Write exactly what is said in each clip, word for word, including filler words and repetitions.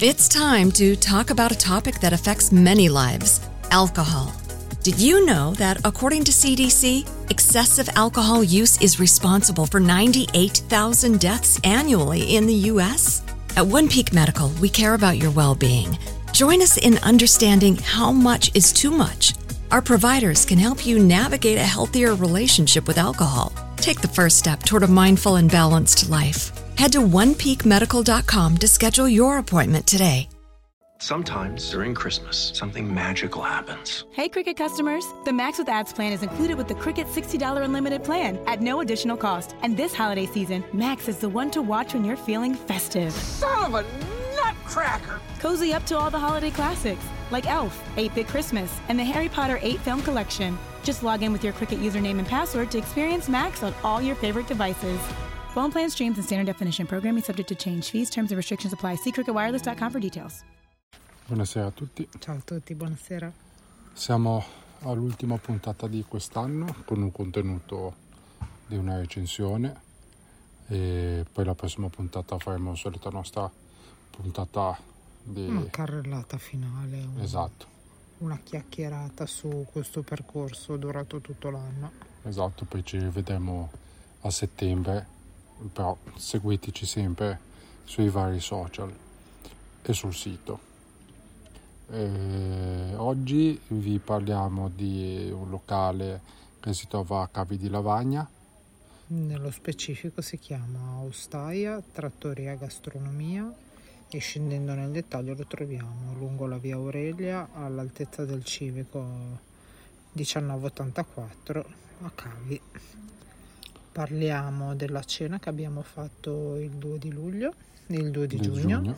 It's time to talk about a topic that affects many lives, alcohol. Did you know that, according to C D C, excessive alcohol use is responsible for ninety-eight thousand deaths annually in the U S? At One Peak Medical, we care about your well-being. Join us in understanding how much is too much. Our providers can help you navigate a healthier relationship with alcohol. Take the first step toward a mindful and balanced life. Head to one peak medical dot com to schedule your appointment today. Sometimes during Christmas, something magical happens. Hey, Cricket customers. The Max with Ads plan is included with the Cricket sixty dollars Unlimited plan at no additional cost. And this holiday season, Max is the one to watch when you're feeling festive. Son of a nutcracker! Cozy up to all the holiday classics, like Elf, eight-Bit Christmas, and the Harry Potter eight-Film Collection. Just log in with your Cricket username and password to experience Max on all your favorite devices. Phone plan streams and standard definition programming subject to change. Fees, terms, and restrictions apply. See cricket wireless dot com for details. Buonasera a tutti. Ciao a tutti, buonasera. Siamo all'ultima puntata di quest'anno con un contenuto di una recensione e poi la prossima puntata faremo la solita nostra puntata di... Una carrellata finale. Un... Esatto. Una chiacchierata su questo percorso durato tutto l'anno. Esatto, poi ci rivedremo a settembre, però seguiteci sempre sui vari social e sul sito. Eh, oggi vi parliamo di un locale che si trova a Cavi di Lavagna. Nello specifico si chiama Ostaia Trattoria Gastronomia e scendendo nel dettaglio lo troviamo lungo la via Aurelia all'altezza del civico diciannove ottantaquattro a Cavi. Parliamo della cena che abbiamo fatto il due di luglio, il due di giugno. giugno.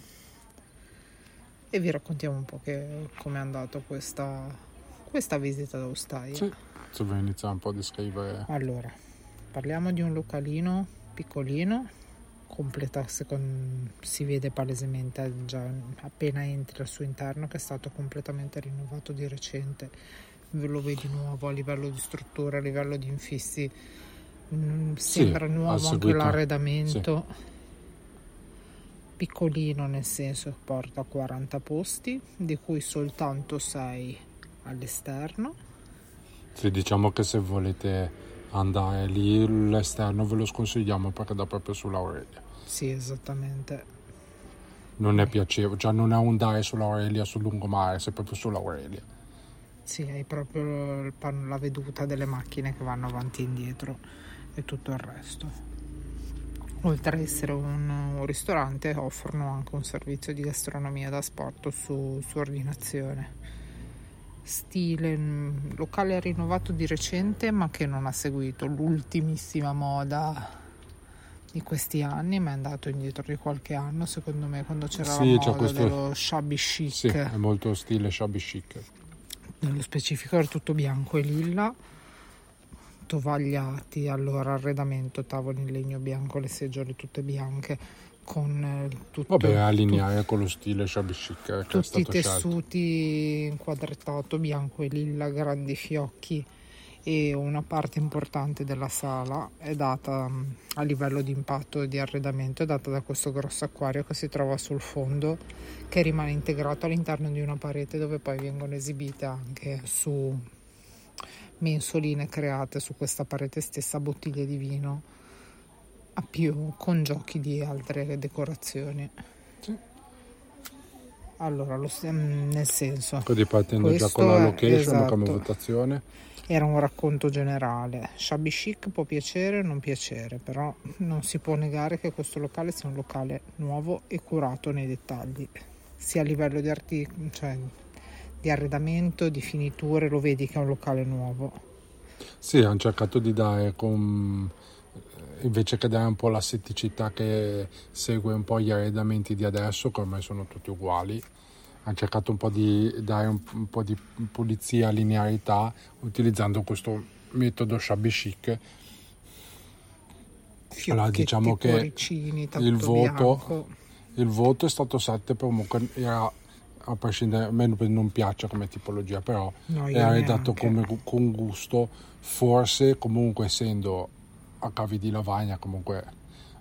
E vi raccontiamo un po' che come è andata questa, questa visita da Ostaia. Sì, se vuoi iniziare un po' a descrivere. Allora, parliamo di un localino piccolino, completa, secondo, si vede palesemente già appena entri al suo interno che è stato completamente rinnovato di recente. Ve lo vedi nuovo a livello di struttura, a livello di infissi, mh, sembra sì, nuovo anche l'arredamento. Sì. Piccolino nel senso che porta quaranta posti, di cui soltanto sei all'esterno. Sì, diciamo che se volete andare lì l'esterno ve lo sconsigliamo perché dà proprio sull'Aurelia. Sì, esattamente. Non è piacevole, cioè non è un dare sull'Aurelia sul lungomare, sei proprio sull'Aurelia. Sì, hai proprio il pan- la veduta delle macchine che vanno avanti e indietro e tutto il resto. Oltre a essere un, un ristorante, offrono anche un servizio di gastronomia da asporto su, su ordinazione. Stile locale rinnovato di recente, ma che non ha seguito l'ultimissima moda di questi anni, ma è andato indietro di qualche anno, secondo me, quando c'era sì, la moda questo... dello shabby chic. Sì, è molto stile shabby chic. Nello specifico era tutto bianco e lilla, tovagliati, allora arredamento, tavoli in legno bianco, le seggiole tutte bianche con eh, tutto, vabbè, allineare tu, con lo stile shabby chic che tutti è stato i tessuti scelto. Inquadratato bianco e lilla, grandi fiocchi, e una parte importante della sala è data a livello di impatto e di arredamento è data da questo grosso acquario che si trova sul fondo, che rimane integrato all'interno di una parete dove poi vengono esibite anche su mensoline create su questa parete stessa, bottiglie di vino a più con giochi di altre decorazioni. Sì. Allora, lo, nel senso, quindi partendo già con la location, esatto, come votazione, era un racconto generale. Shabby chic può piacere o non piacere, però non si può negare che questo locale sia un locale nuovo e curato nei dettagli, sia a livello di arti, cioè di arredamento, di finiture, lo vedi che è un locale nuovo. Sì, hanno cercato di dare, con, invece che dare un po' la setticità che segue un po' gli arredamenti di adesso, che ormai sono tutti uguali, hanno cercato un po' di dare un, un po' di pulizia, linearità, utilizzando questo metodo shabby chic. Allora, diciamo che cuoricini, il voto, il voto è stato sette, comunque era, a prescindere, a me non piace come tipologia, però no, è arredato come, con gusto, forse comunque essendo a Cavi di Lavagna comunque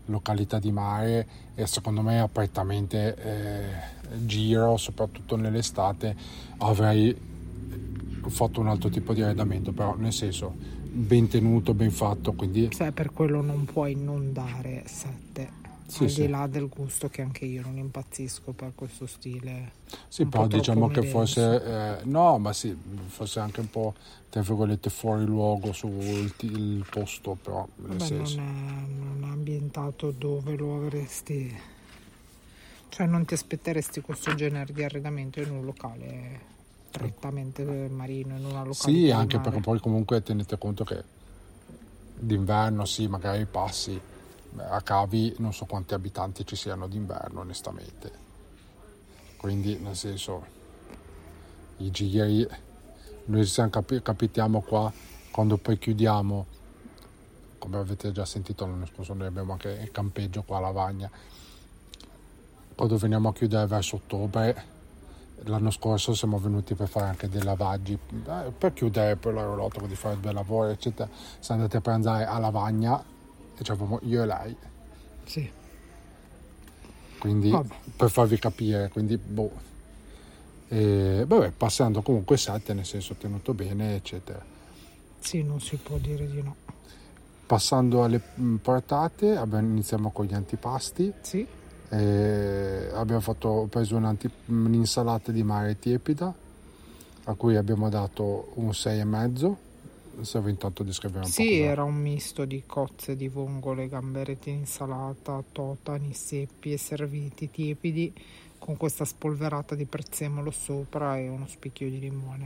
località di mare, e secondo me apertamente eh, giro, soprattutto nell'estate, avrei fatto un altro tipo di arredamento, però nel senso ben tenuto, ben fatto, quindi cioè, per quello non puoi non dare sette. Sì, al sì. di là del gusto, che anche io non impazzisco per questo stile. Sì, un però po' diciamo troppo che forse melenso. eh, no, ma sì, forse anche un po' tra virgolette fuori luogo sul ti- il posto, però nel Vabbè, non senso è, non è ambientato dove lo avresti, cioè non ti aspetteresti questo genere di arredamento in un locale prettamente marino, in una località sì, di anche mare. perché poi comunque tenete conto che d'inverno sì, magari passi beh, a Cavi, non so quanti abitanti ci siano d'inverno onestamente, quindi nel senso i giri noi siamo capi- capitiamo qua quando poi chiudiamo, come avete già sentito l'anno scorso noi abbiamo anche il campeggio qua a Lavagna, quando veniamo a chiudere verso ottobre. L'anno scorso siamo venuti per fare anche dei lavaggi eh, per chiudere poi l'aeroloto, di fare due lavori eccetera, siamo andati a pranzare a Lavagna e c'eravamo io e lei, Sì. quindi Vabbè. per farvi capire, quindi boh. E, vabbè, passando comunque sette, nel senso tenuto bene eccetera. Sì, non si può dire di no. Passando alle mh, portate, abbiamo, iniziamo con gli antipasti. Sì. E abbiamo fatto, ho preso un anti, un'insalata di mare tiepida a cui abbiamo dato un sei e mezzo. Serve intanto di scrivere un Sì, po' cosa. era un misto di cozze di vongole, gamberetti in insalata, totani, seppi e serviti tiepidi con questa spolverata di prezzemolo sopra e uno spicchio di limone.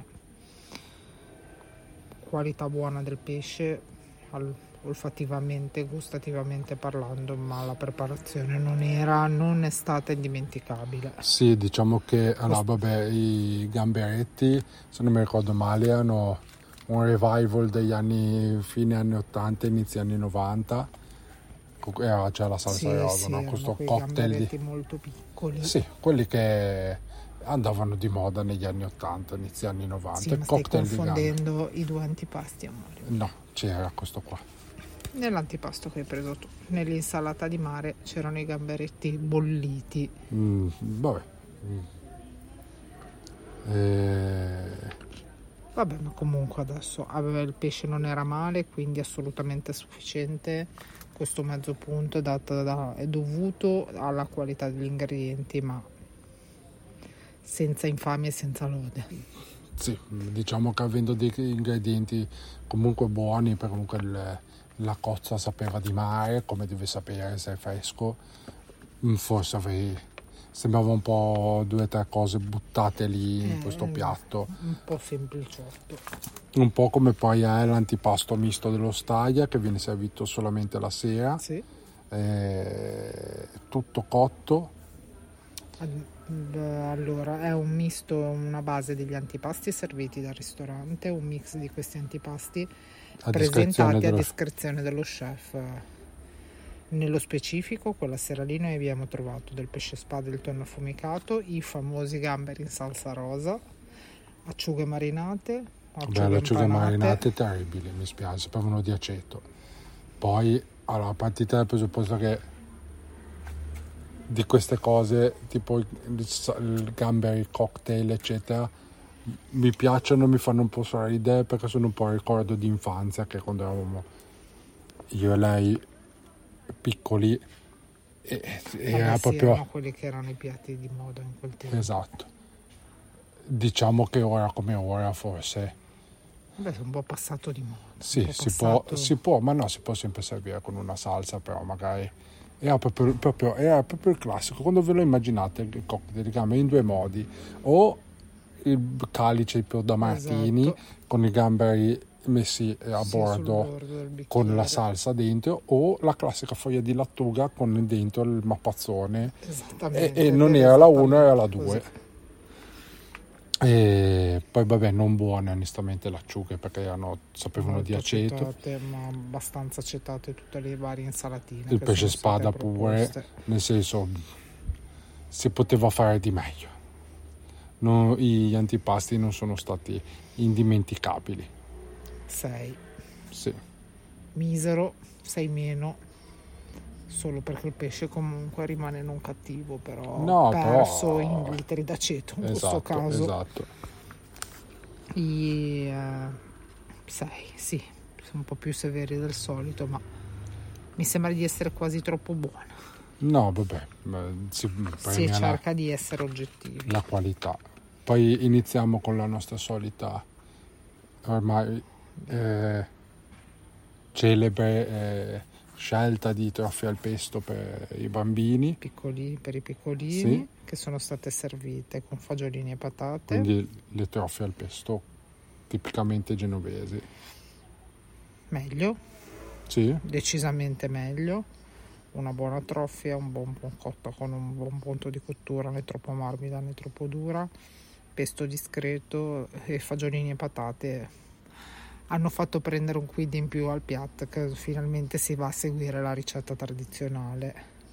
Qualità buona del pesce, al, olfattivamente, gustativamente parlando, ma la preparazione non era, non è stata indimenticabile. Sì, diciamo che allora, vabbè, i gamberetti, se non mi ricordo male, erano un revival degli anni fine anni ottanta, inizi anni novanta. Era, c'era la salsa Sì, rosa, sì, no? erano Questo quei cocktail di... gamberetti molto piccoli. Sì, quelli che andavano di moda negli anni ottanta, inizi anni novanta. Sì, il ma stai cocktail di gambe. confondendo i due antipasti, amore. No, c'era questo qua. Nell'antipasto che hai preso tu, nell'insalata di mare c'erano i gamberetti bolliti. Mm, vabbè. Mm. E... Vabbè, ma comunque adesso aveva il pesce, non era male, quindi assolutamente sufficiente. Questo mezzo punto è, dato da, è dovuto alla qualità degli ingredienti, ma senza infamia e senza lode. Sì, diciamo che avendo dei ingredienti comunque buoni, perché comunque il, la cozza sapeva di mare, come deve sapere se è fresco, forse avrei... sembrava un po' due o tre cose buttate lì in Eh, questo piatto. Un po' sempliciotto. Un po' come poi è l'antipasto misto dello Staglia che viene servito solamente la sera. Sì. Eh, tutto cotto. Allora, è un misto, una base degli antipasti serviti dal ristorante, un mix di questi antipasti A presentati dello... a discrezione dello chef. Nello specifico, quella sera lì noi abbiamo trovato del pesce spada e il tonno affumicato, i famosi gamberi in salsa rosa, acciughe marinate, acciughe Beh, le acciughe impanate. marinate terribili, mi spiace, sapevano di aceto. Poi, allora, partita dal presupposto che di queste cose, tipo il, il gamberi cocktail, eccetera, mi piacciono, mi fanno un po' sorridere perché sono un po' il ricordo di infanzia, che quando eravamo io e lei piccoli e, e Vabbè, era sì, proprio erano quelli che erano i piatti di moda in quel tempo. esatto. Diciamo che ora come ora forse Beh, è un po' passato di moda. sì, un po' si passato... può, si può, ma no, si può sempre servire con una salsa, però magari era proprio, proprio, era proprio il classico. Quando ve lo immaginate il cocktail di gamberi in due modi, o il calice più da martini, Esatto. con i gamberi messi a Sì, bordo sul bordo del bicchiere. con la salsa dentro, o la classica foglia di lattuga con dentro il mappazzone, e, Esattamente, e non ed era la uno, era la esattamente due. così. E poi vabbè, non buone onestamente le acciughe perché erano, sapevano Molto di aceto. acetate, ma abbastanza acetate tutte le varie insalatine. Il che pesce sono state spada pure, proposte. nel senso si poteva fare di meglio. No, gli antipasti non sono stati indimenticabili. sei Sì. misero, sei meno. solo perché il pesce comunque rimane non cattivo, però No, perso però- in litri d'aceto in Esatto, questo caso. esatto. I eh, sei, sì, sono un po' più severi del solito, ma mi sembra di essere quasi troppo buona. No, vabbè, ma si Si premia la, cerca di essere oggettivi. la qualità. Poi iniziamo con la nostra solita, ormai eh, celebre eh, scelta di trofie al pesto per i bambini. Piccoli, per i piccolini, Sì. che sono state servite con fagiolini e patate. Quindi le trofie al pesto tipicamente genovesi. Meglio, Sì, decisamente meglio. Una buona trofia, un buon, buon cotto con un buon punto di cottura, né troppo morbida né troppo dura, pesto discreto e fagiolini e patate hanno fatto prendere un quid in più al piatto, che finalmente si va a seguire la ricetta tradizionale.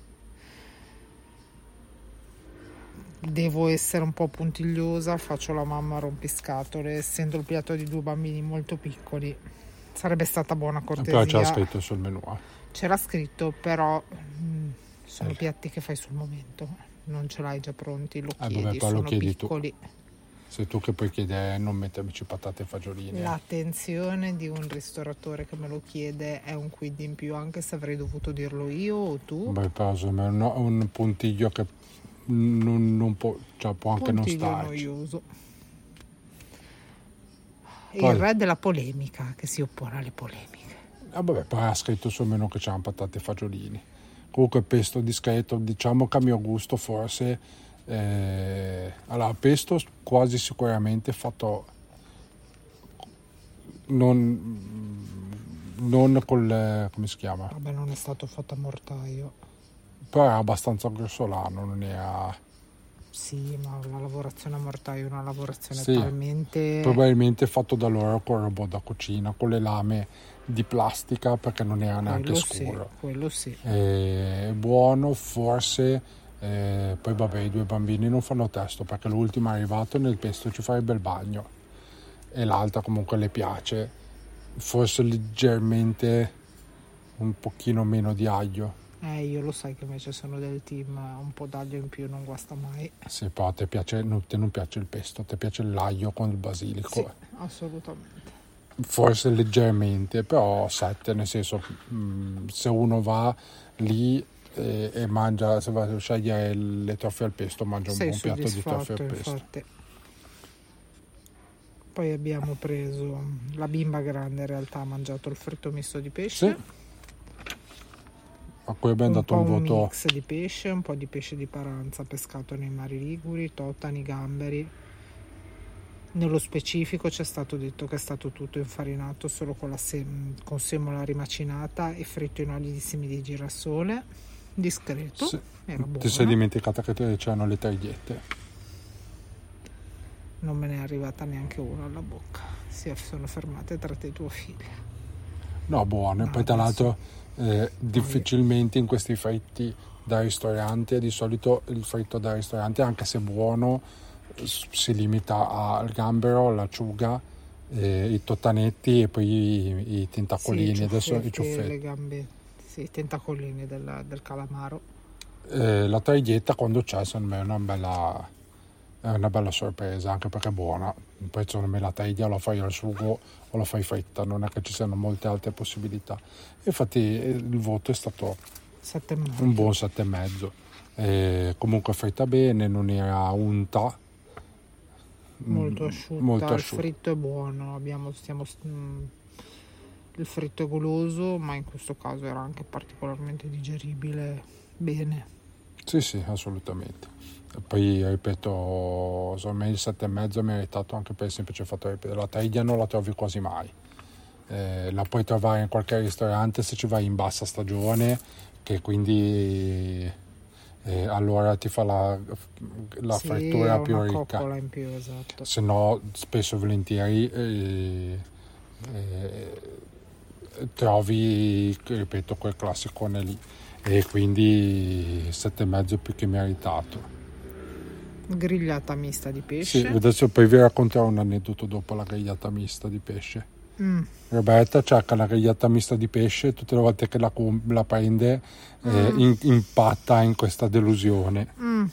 Devo essere un po' puntigliosa, faccio la mamma rompiscatole, essendo il piatto di due bambini molto piccoli. Sarebbe stata buona cortesia. però c'era scritto sul menù. eh. C'era scritto, però mh, sono Eh. piatti che fai sul momento, non ce l'hai già pronti, lo Eh, chiedi, vabbè, poi lo sono chiedi tu. piccoli. Sei tu che puoi chiedere non mettermici patate e fagiolini. eh. L'attenzione di un ristoratore che me lo chiede è un quid in più, anche se avrei dovuto dirlo io o tu. Beh, però secondo me è un, un puntiglio che non, non può, cioè può anche Puntiglio non starci. noioso. Poi- Il re della polemica, che si oppone alle polemiche. Ah, vabbè, poi ha scritto sul menù che c'erano patate e fagiolini. Comunque pesto discreto, diciamo che a mio gusto forse eh, allora pesto quasi sicuramente fatto non, non col come si chiama, Vabbè, non è stato fatto a mortaio. però era abbastanza grossolano, non era Sì, ma la lavorazione a mortaio è una lavorazione Sì, talmente... probabilmente fatto da loro con il robot da cucina, con le lame di plastica perché non era neanche quello sì, scuro. quello sì. È buono, forse eh, poi vabbè, i due bambini non fanno testo perché l'ultimo è arrivato e nel pesto ci farebbe il bagno e l'altra comunque le piace, forse leggermente un pochino meno di aglio. Eh, io lo sai che invece sono del team un po' d'aglio in più non guasta mai. Se poi a te piace, non, te non piace il pesto, a te piace l'aglio con il basilico. Sì, assolutamente. Forse leggermente, però sette, nel senso mh, se uno va lì e, e mangia, se va a scegliere le trofie al pesto, mangia un Sei buon piatto di trofie soddisfatto, al pesto. infatti. Poi abbiamo preso la bimba grande, in realtà ha mangiato il fritto misto di pesce. Sì. A cui abbiamo un dato po' un un voto. mix di pesce, un po' di pesce di paranza pescato nei mari liguri, totani, gamberi. Nello specifico ci è stato detto che è stato tutto infarinato solo con la sem- con semola rimacinata e fritto in oli di semi di girasole, discreto, Sì. era Ti sei buono. dimenticata che c'erano le tagliette. Non me ne è arrivata neanche una alla bocca, si sono fermate tra te e tuo figlio. No, buone. No, Poi tra adesso- l'altro eh, difficilmente in questi fritti da ristorante, di solito il fritto da ristorante, anche se buono, s- si limita al gambero, l'acciuga, eh, i tottanetti e poi i, i tentacolini, Sì, adesso i le ciuffetti. gambe, sì, i tentacolini del, del calamaro. Eh, la taglietta quando c'è secondo me è una bella, è una bella sorpresa, anche perché è buona. Poi secondo me la taglia la fai al sugo o la fai fritta, non è che ci siano molte altre possibilità. Infatti eh, il voto è stato Sette e mezzo. un buon sette e mezzo. Eh, comunque fritta bene, non era unta. Molto Mm, asciutta, molto il asciutta. fritto è buono, abbiamo, stiamo, mm, il fritto è goloso, ma in questo caso era anche particolarmente digeribile bene. Sì, sì, assolutamente. E poi ripeto, secondo me il sette e mezzo è meritato anche per il semplice fatto che la taglia non la trovi quasi mai. Eh, la puoi trovare in qualche ristorante se ci vai in bassa stagione, che quindi eh, allora ti fa la, la Sì, frittura ha più una ricca. coccola in più, esatto. Se no spesso e volentieri eh, eh, trovi, ripeto, quel classicone lì, e quindi sette e mezzo più che meritato. Grigliata mista di Sì, pesce. adesso poi vi racconterò un aneddoto dopo la grigliata mista di pesce. Mm. Roberta cerca la grigliata mista di pesce, tutte le volte che la, la prende eh, mm. in, impatta in questa delusione. Mm.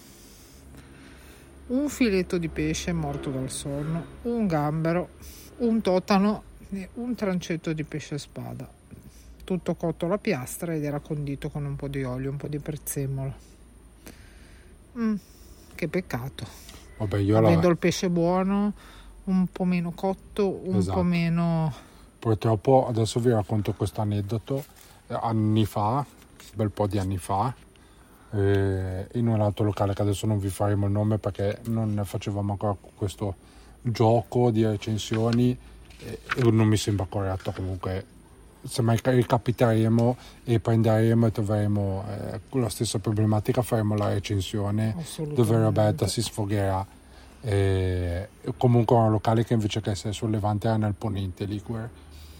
Un filetto di pesce morto dal sonno, un gambero, un totano e un trancetto di pesce spada. Tutto cotto alla piastra ed era condito con un po' di olio, un po' di prezzemolo. Mm. Che peccato. Vabbè, io Avendo la... il pesce buono, un po' meno cotto, un esatto. po' meno... Purtroppo adesso vi racconto questo aneddoto. Anni fa, un bel po' di anni fa, eh, in un altro locale che adesso non vi faremo il nome perché non facevamo ancora questo gioco di recensioni e, e non mi sembra corretto. Comunque se mai ricapiteremo e prenderemo e troveremo eh, la stessa problematica, faremo la recensione dove Roberta si sfogherà. E comunque un locale che invece che essere sul Levante era nel Ponente Ligure,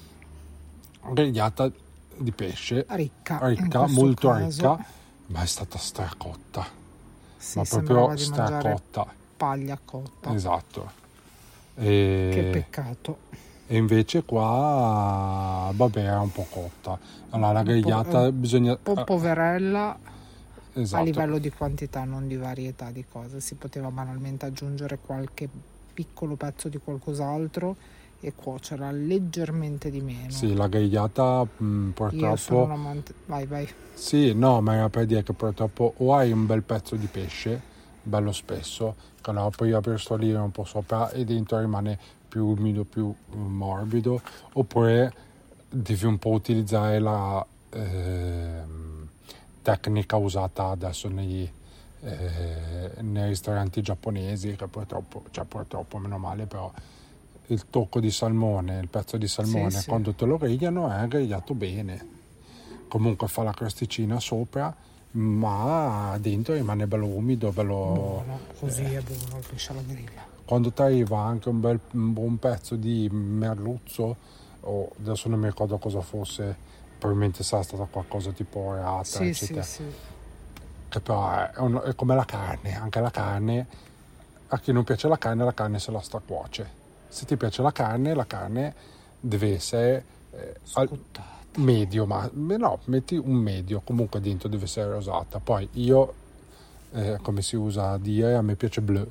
grigliata di pesce ricca, ricca molto caso. ricca, ma è stata stracotta, sì, ma proprio stracotta, paglia cotta, esatto. E... che peccato. E invece qua vabbè era un po' cotta. Allora la grigliata un po', bisogna un po' poverella, esatto. A livello di quantità, non di varietà di cose. Si poteva banalmente aggiungere qualche piccolo pezzo di qualcos'altro e cuocerla leggermente di meno. Sì, la grigliata mh, purtroppo... Io sono un amante... Vai, vai. Sì, no, ma era per dire che purtroppo o hai un bel pezzo di pesce, bello spesso, che lo puoi abbrustolire un po' sopra e dentro rimane più umido, più morbido, oppure devi un po' utilizzare la eh, tecnica usata adesso nei, eh, nei ristoranti giapponesi, che purtroppo, cioè purtroppo meno male, però il tocco di salmone, il pezzo di salmone, sì, quando sì. te lo grigliano è grigliato bene, comunque fa la crosticina sopra, ma dentro rimane bello umido, bello buono, così eh. è buono il pesce alla griglia. Quando ti arriva anche un bel un buon pezzo di merluzzo, o adesso non mi ricordo cosa fosse, probabilmente sarà stata qualcosa tipo orata, sì, eccetera. Sì, sì. Che però è, un, è come la carne, anche la carne, a chi non piace la carne, la carne se la stracuoce. Se ti piace la carne, la carne deve essere eh, al, medio, ma no, metti un medio, comunque dentro deve essere rosata. Poi io, eh, come si usa a dire, a me piace bleu,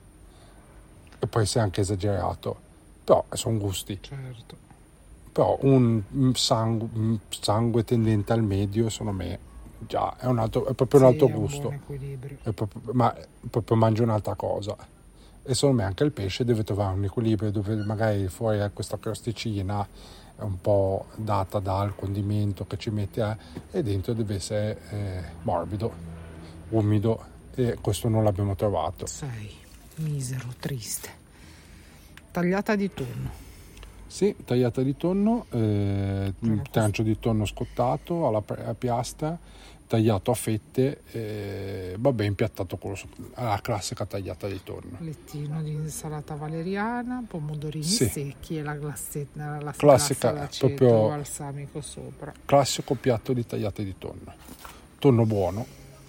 e può essere anche esagerato, però sono gusti. Certo. Però un sangue, un sangue tendente al medio, secondo me, già è, un altro, è proprio sì, un altro gusto. Un buon equilibrio. È proprio, ma proprio mangi un'altra cosa. E secondo me anche il pesce deve trovare un equilibrio dove magari fuori ha questa crosticina un po' data dal condimento che ci metti eh, e dentro deve essere eh, morbido, umido, e questo non l'abbiamo trovato. Sei misero, triste. Tagliata di tonno. Sì, tagliata di tonno, eh, un trancio di tonno scottato alla piastra, tagliato a fette, eh, vabbè, impiattato con la classica tagliata di tonno. Lettino di insalata valeriana, pomodorini sì. secchi e la glassetta, la classica, d'aceto proprio balsamico sopra. Classico piatto di tagliate di tonno. Tonno buono.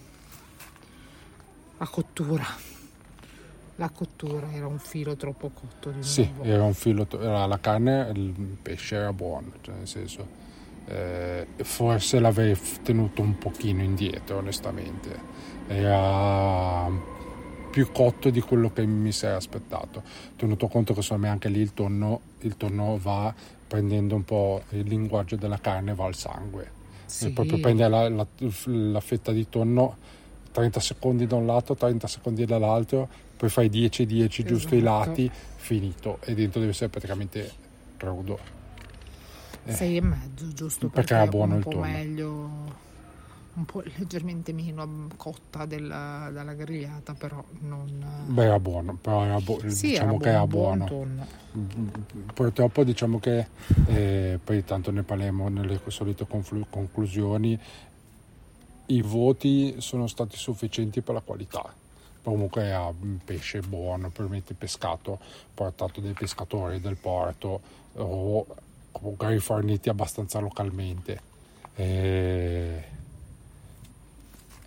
La cottura. La cottura era un filo troppo cotto di sì, nuovo. era un filo, era la carne, il pesce era buono, cioè nel senso, eh, forse l'avrei tenuto un pochino indietro, onestamente. Era più cotto di quello che mi sarei aspettato, tenuto conto che secondo me anche lì il tonno, il tonno va prendendo un po' il linguaggio della carne, va al sangue. Sì. E proprio prendere la, la, la fetta di tonno, trenta secondi da un lato, trenta secondi dall'altro, poi fai dieci dieci esatto. Giusto i lati, finito, e dentro deve essere praticamente crudo. sei eh. e mezzo, giusto, perché, perché era buono il tonno. Un po' meglio, un po' leggermente meno cotta della, della grigliata, però non... Beh, era buono, però era bu- sì, diciamo era che era buon, buono. Buon Purtroppo diciamo che, eh, poi tanto ne parliamo nelle solite conflu- conclusioni, i voti sono stati sufficienti per la qualità. Comunque era un pesce buono, probabilmente pescato, portato dai pescatori del porto o comunque riforniti abbastanza localmente. E,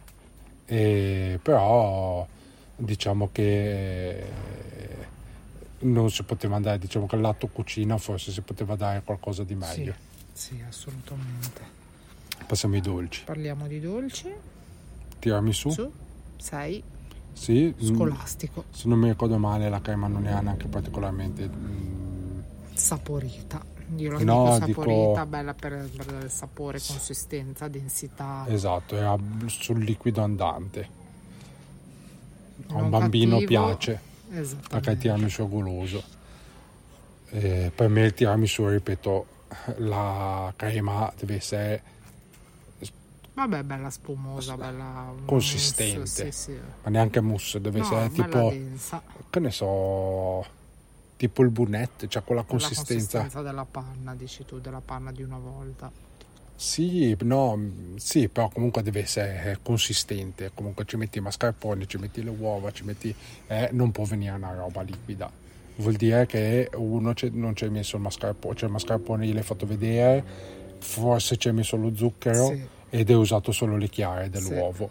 e però diciamo che non si poteva andare, diciamo che al lato cucina forse si poteva dare qualcosa di meglio. Sì, sì, assolutamente. Passiamo ai dolci. Parliamo di dolci. Tiramisù? Su, sei. Sì. Scolastico. Se non mi ricordo male la crema non è neanche particolarmente mm, saporita. Io la no, dico saporita, dico... bella per, per il sapore, consistenza, densità. Esatto, era sul liquido andante. A un Non bambino cattivo. piace, perché il Esattamente. tiramisù è goloso. E per me il tiramisù, ripeto, la crema deve essere Vabbè, bella spumosa, bella consistente, mousse, sì, sì. ma neanche mousse, deve No, essere bella tipo, densa. che ne so, tipo il bunette, cioè quella La consistenza. consistenza della panna, dici tu, della panna di una volta. Sì, no, sì, però comunque deve essere consistente, comunque ci metti i mascarpone, ci metti le uova, ci metti, eh, non può venire una roba liquida. Vuol dire che uno c'è, non c'è messo il mascarpone, cioè il mascarpone gliel'hai fatto vedere, forse c'è messo lo zucchero, Sì. ed è usato solo le chiare dell'uovo.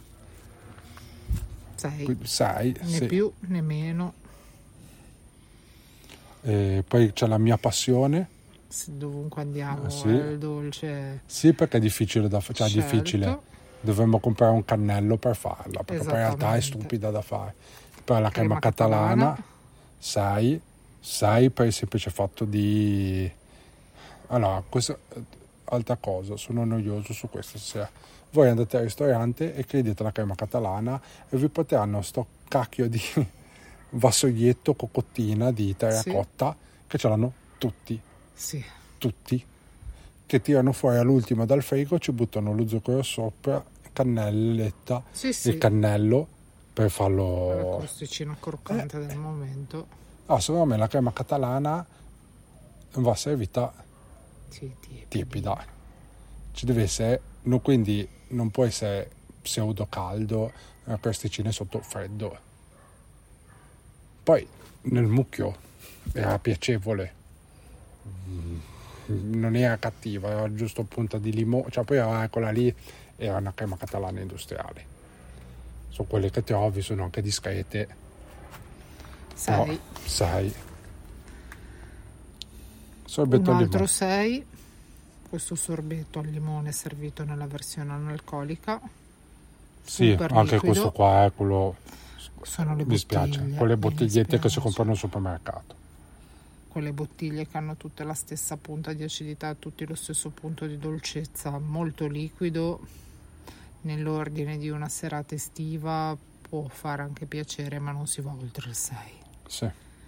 Sei. Quindi, sai, Né sì. più né meno. E poi c'è la mia passione. Se dovunque andiamo Ah, sì. è il dolce. Sì, perché è difficile da fare, cioè è Certo. difficile. Dovremmo comprare un cannello per farla, perché poi in realtà è Esattamente. stupida da fare. Poi la crema, Crema catalana, catalana. sai, sai per il semplice fatto di... Allora, questa altra cosa, sono noioso su questo stasera. Voi andate al ristorante e chiedete la crema catalana e vi porteranno sto cacchio di vassoietto cocottina di terracotta, sì, che ce l'hanno tutti. Sì. Tutti, che tirano fuori all'ultimo dal frigo, ci buttano lo zucchero sopra, cannelletta, Sì, sì. il cannello per farlo La crosticina croccante eh. del momento. Ah, secondo me la crema catalana va servita sì, tiepida. tiepida, ci deve essere, no, quindi non può essere pseudo caldo, la crosticina sotto freddo. Poi nel mucchio era piacevole, non era cattiva, era giusto punta di limone, cioè poi era, quella lì era una crema catalana industriale, sono quelle che trovi, sono anche discrete, sei, no, sei. Sorbetto un al altro limone. sei, questo sorbetto al limone servito nella versione analcolica, sì, super anche liquido. Questo qua è quello, sono le mi spiace, bottiglie, quelle bottigliette che si spiace. comprano al supermercato, quelle bottiglie che hanno tutte la stessa punta di acidità, tutti lo stesso punto di dolcezza, molto liquido, nell'ordine di una serata estiva può fare anche piacere, ma non si va oltre il sei. sì.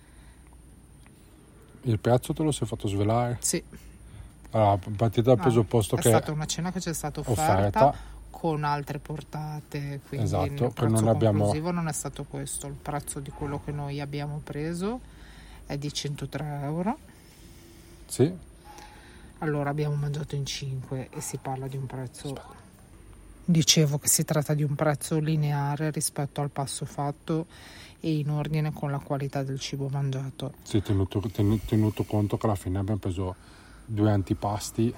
Il prezzo te lo sei fatto svelare? Sì. Allora, partite dal No, presupposto è che è stata una cena che ci è stata offerta, offerta, con altre portate, quindi esatto, il che prezzo non abbiamo... conclusivo non è stato questo. Il prezzo di quello che noi abbiamo preso è di centotré euro. Sì. Allora abbiamo mangiato in cinque e si parla di un prezzo, dicevo che si tratta di un prezzo lineare rispetto al passo fatto e in ordine con la qualità del cibo mangiato. Sì, tenuto, tenuto, tenuto conto che alla fine abbiamo preso due antipasti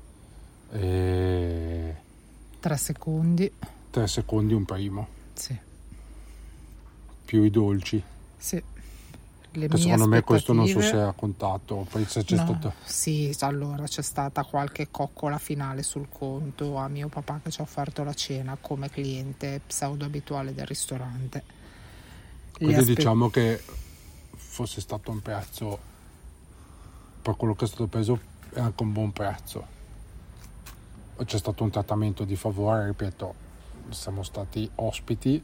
e Tre secondi. tre secondi un primo, Sì. più i dolci, Sì. Le che mie secondo me questo non so se aspettative- era contato, poi se c'è No, stato... sì, allora c'è stata qualche coccola finale sul conto a mio papà che ci ha offerto la cena come cliente pseudo abituale del ristorante. Le Quindi aspe- diciamo che fosse stato un prezzo, per quello che è stato preso, è anche un buon prezzo. C'è stato un trattamento di favore, ripeto, siamo stati ospiti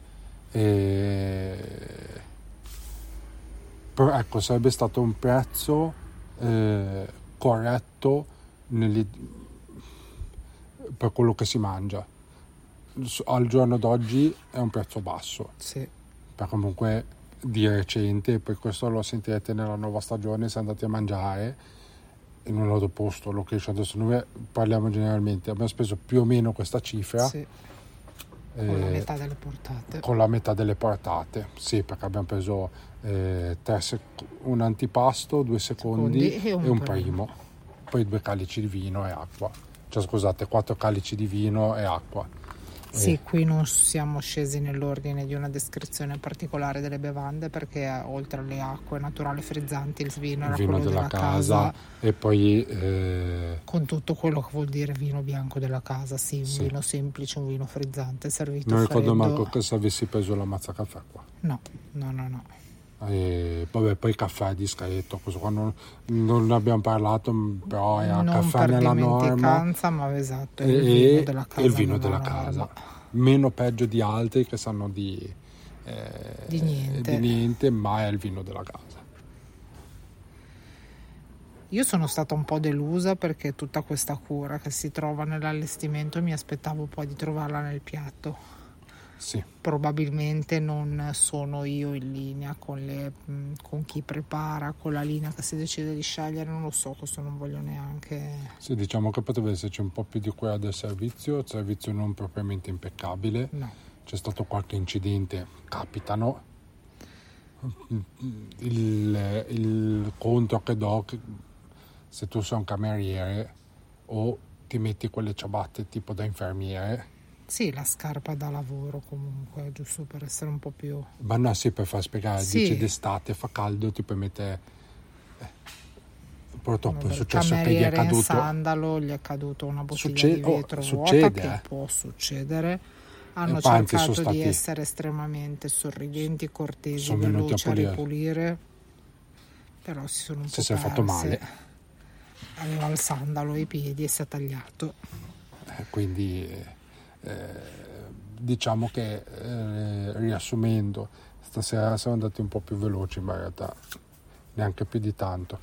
e... però ecco, sarebbe stato un prezzo eh, corretto nelle... per quello che si mangia. Al giorno d'oggi è un prezzo basso, Sì. perché comunque di recente, poi questo lo sentirete nella nuova stagione se andate a mangiare in un altro posto, location, adesso noi parliamo generalmente, abbiamo speso più o meno questa cifra, Sì. eh, Con la metà delle portate. con la metà delle portate, sì, perché abbiamo preso eh, tre sec- un antipasto, due secondi, Secondi e un e un primo. primo, poi due calici di vino e acqua, cioè scusate, quattro calici di vino e acqua. Sì, Eh, qui non siamo scesi nell'ordine di una descrizione particolare delle bevande, perché oltre alle acque naturali frizzanti il vino il era vino quello della, della casa, casa, e poi eh, con tutto quello che vuol dire vino bianco della casa, sì, un Sì. vino semplice, un vino frizzante servito non ricordo freddo. manco che se avessi preso la mazza caffè qua. No, no, no, no. E vabbè, poi caffè discreto, questo qua non, non ne abbiamo parlato, però è a Non caffè per nella norma dimenticanza, ma esatto, è e, il vino della casa. e il vino nella della norma. casa, meno peggio di altri che sanno di, eh, Di niente. di niente, ma è il vino della casa. Io sono stata un po' delusa, perché tutta questa cura che si trova nell'allestimento mi aspettavo poi di trovarla nel piatto. Sì, Probabilmente non sono io in linea con, le, mh, con chi prepara, con la linea che si decide di scegliere, non lo so, questo non voglio neanche... sì, diciamo che potrebbe esserci un po' più di cura del servizio, il servizio non propriamente impeccabile, No, c'è stato qualche incidente, capitano. Il, il conto che do, che se tu sei un cameriere o ti metti quelle ciabatte tipo da infermiere, sì, la scarpa da lavoro comunque, giusto per essere un po' più... ma no, sì, per far spiegare, Sì. dice d'estate fa caldo, ti puoi mettere eh, purtroppo Vabbè, è il successo che gli è cameriere in caduto sandalo gli è caduto una bottiglia Succe- di oh, vetro succede, vuota, che eh. può succedere. Hanno E poi, anzi, cercato sono di stati- essere estremamente sorridenti, cortesi, Sono venuti a veloci a pulire. ripulire, però si sono un Se po' si è fatto perse. male. Aveva il sandalo ai piedi e si è tagliato. Eh, quindi eh, diciamo che eh, riassumendo, stasera siamo andati un po' più veloci, ma in realtà neanche più di tanto.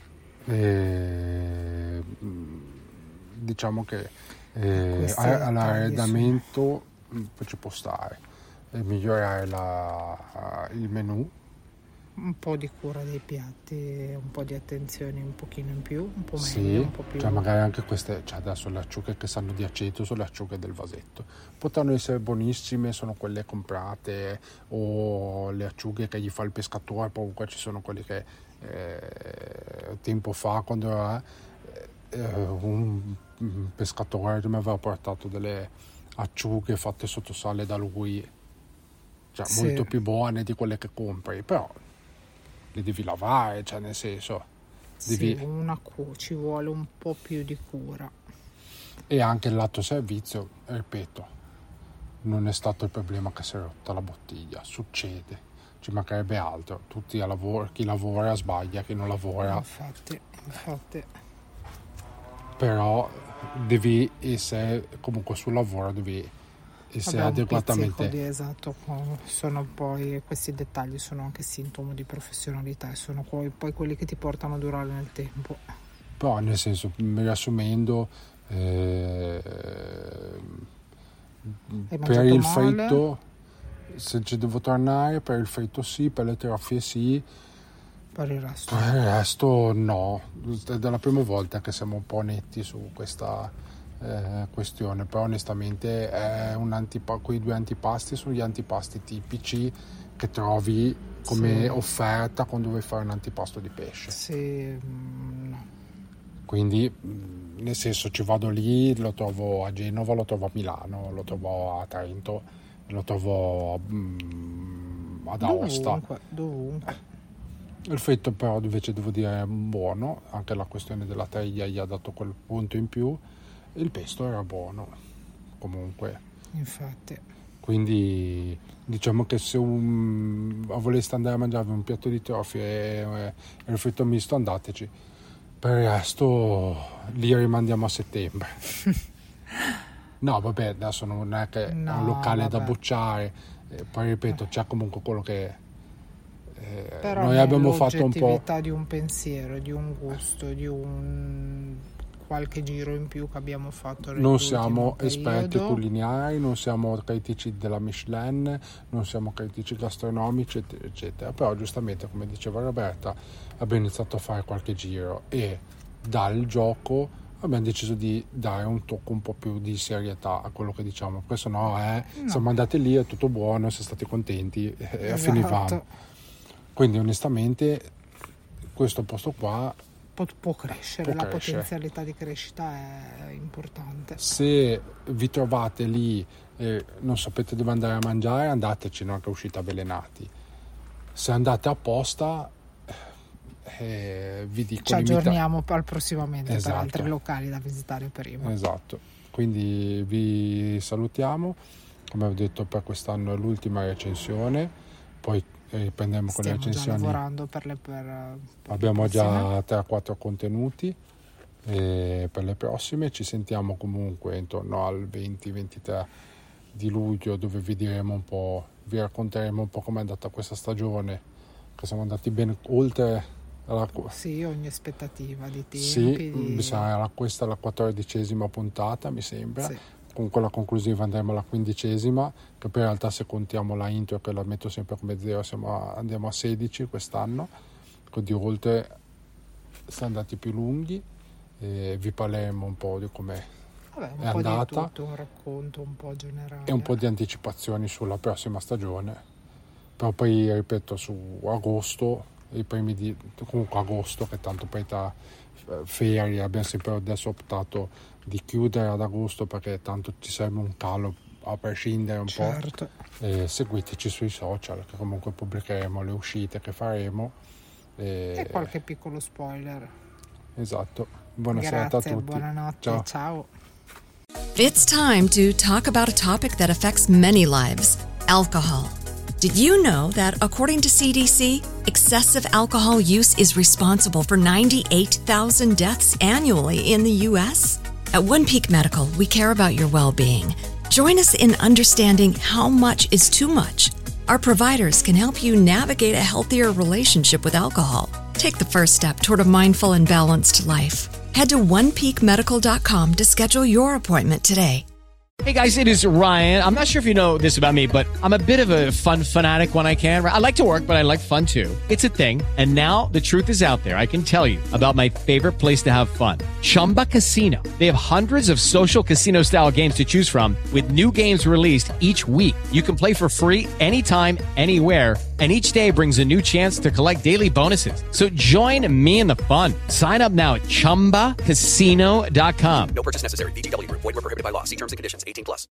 E, diciamo che eh, Questi a- dettagli all'arredamento mh, ci può stare, e migliorare la, il menù. Un po' di cura dei piatti, un po' di attenzione un pochino in più, un po' meglio, Sì, un po' più... cioè magari anche queste, cioè adesso le acciughe che sanno di aceto sono le acciughe del vasetto, potranno essere buonissime, sono quelle comprate, o le acciughe che gli fa il pescatore, comunque ci sono quelli che eh, tempo fa, quando era eh, un, un pescatore mi aveva portato delle acciughe fatte sotto sale da lui, cioè Sì. molto più buone di quelle che compri, però le devi lavare, cioè nel senso devi... Sì, una cu- ci vuole un po' più di cura. E anche il lato servizio, ripeto, non è stato il problema che si è rotta la bottiglia, succede, ci mancherebbe altro, tutti a lavoro, chi lavora sbaglia, chi non lavora, Infatti, infatti. però devi essere comunque sul lavoro, devi essere Vabbè, un adeguatamente... pizzico di esatto, sono poi questi dettagli sono anche sintomo di professionalità e sono poi, poi quelli che ti portano a durare nel tempo. Però nel senso, riassumendo, eh, Hai per mangiato il male? fritto, se ci devo tornare, per il fritto sì, per le trofie sì, Per il resto. per il resto no. È la prima volta che siamo un po' netti su questa eh, questione, però onestamente è un antipa- quei due antipasti sono gli antipasti tipici che trovi come Sì. offerta quando vuoi fare un antipasto di pesce. Sì, mm, no. Quindi mh, nel senso, ci vado lì, lo trovo a Genova, lo trovo a Milano, lo trovo a Trento, lo trovo mh, ad Aosta. Dovunque, dovunque. Il fritto però invece devo dire è buono, anche la questione della teglia gli ha dato quel punto in più, il pesto era buono comunque, Infatti. quindi diciamo che se un, voleste andare a mangiare un piatto di trofie e, e il fritto misto, andateci. Per il resto li rimandiamo a settembre. No, vabbè, adesso non è che è No, un locale da vabbè. bocciare, eh, poi ripeto, c'è comunque quello che eh, Però noi abbiamo fatto un po'. l'oggettività di un pensiero, di un gusto, di un qualche giro in più che abbiamo fatto Non nell'ultimo siamo esperti periodo. culinari, non siamo critici della Michelin, non siamo critici gastronomici, eccetera, eccetera. Però giustamente, come diceva Roberta, abbiamo iniziato a fare qualche giro e dal gioco abbiamo deciso di dare un tocco un po' più di serietà a quello che diciamo, perché sennò eh, No. siamo andati lì, è tutto buono, siamo stati contenti e Esatto. finivamo. Quindi onestamente questo posto qua può, può crescere, può la crescere. potenzialità di crescita è importante. Se vi trovate lì e non sapete dove andare a mangiare, andateci, non è che uscite avvelenati. Se andate apposta, eh, vi dico, ci aggiorniamo limita... al prossimamente, esatto, per altri locali da visitare prima. Esatto, quindi vi salutiamo, come ho detto per quest'anno è l'ultima recensione, poi riprendiamo con le recensioni. Stiamo già lavorando per le per, per abbiamo le già tre quattro contenuti e per le prossime ci sentiamo comunque intorno al venti ventitré di luglio, dove vi diremo un po', vi racconteremo un po' com'è andata questa stagione, che siamo andati ben oltre la... sì, ogni aspettativa di tempi. Sì, di... mi sa, questa è la quattordicesima puntata, mi sembra. Sì. Con quella conclusiva andremo alla quindicesima, che poi in realtà se contiamo la intro, che la metto sempre come zero, siamo a, andiamo a sedici quest'anno, quindi oltre siamo andati più lunghi e vi parleremo un po' di come Vabbè, un è po' andata, di tutto, un racconto un po' generale e un po' di anticipazioni sulla prossima stagione, però poi ripeto su agosto, i primi di comunque agosto, che tanto poi tra ferie abbiamo sempre adesso optato di chiudere ad agosto, perché tanto ci serve un calo a prescindere un certo. po'. E seguiteci sui social, che comunque pubblicheremo le uscite che faremo e, e qualche piccolo spoiler. Esatto. Buona Grazie, serata a tutti. Buonanotte, ciao, ciao. It's time to talk about a topic that affects many lives: alcohol. Did you know that, according to C D C, excessive alcohol use is responsible for ninety-eight thousand deaths annually in the U S? At One Peak Medical, we care about your well-being. Join us in understanding how much is too much. Our providers can help you navigate a healthier relationship with alcohol. Take the first step toward a mindful and balanced life. Head to one peak medical dot com to schedule your appointment today. Hey guys, it is Ryan. I'm not sure if you know this about me, but I'm a bit of a fun fanatic when I can. I like to work, but I like fun too. It's a thing. And now the truth is out there. I can tell you about my favorite place to have fun. Chumba Casino. They have hundreds of social casino style games to choose from, with new games released each week. You can play for free anytime, anywhere. And each day brings a new chance to collect daily bonuses. So join me in the fun. Sign up now at chumba casino dot com. No purchase necessary. V G W. Void where prohibited by law. See terms and conditions. eighteen plus.